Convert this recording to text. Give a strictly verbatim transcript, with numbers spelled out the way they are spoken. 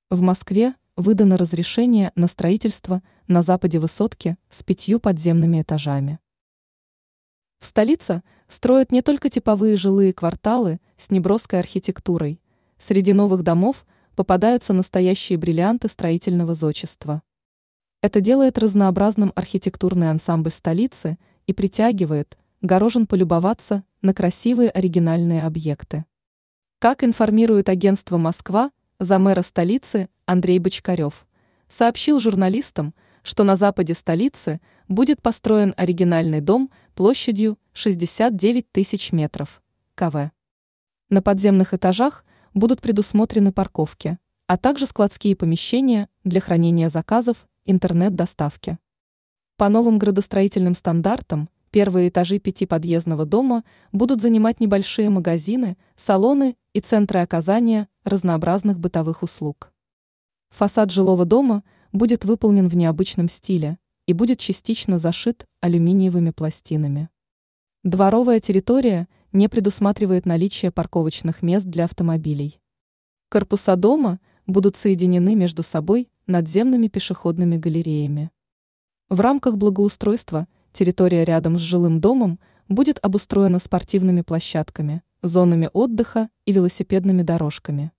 В Москве выдано разрешение на строительство на западе высотки с пятью подземными этажами. В столице строят не только типовые жилые кварталы с неброской архитектурой. Среди новых домов попадаются настоящие бриллианты строительного зодчества. Это делает разнообразным архитектурный ансамбль столицы и притягивает горожан полюбоваться на красивые оригинальные объекты. Как информирует агентство «Москва», замэра столицы Андрей Бочкарев сообщил журналистам, что на западе столицы будет построен оригинальный дом площадью шестьдесят девять тысяч метров кв. На подземных этажах будут предусмотрены парковки, а также складские помещения для хранения заказов интернет-доставки. По новым градостроительным стандартам первые этажи пятиподъездного дома будут занимать небольшие магазины, салоны и центры оказания разнообразных бытовых услуг. Фасад жилого дома будет выполнен в необычном стиле и будет частично зашит алюминиевыми пластинами. Дворовая территория не предусматривает наличие парковочных мест для автомобилей. Корпуса дома будут соединены между собой надземными пешеходными галереями. В рамках благоустройства территория рядом с жилым домом будет обустроена спортивными площадками, зонами отдыха и велосипедными дорожками.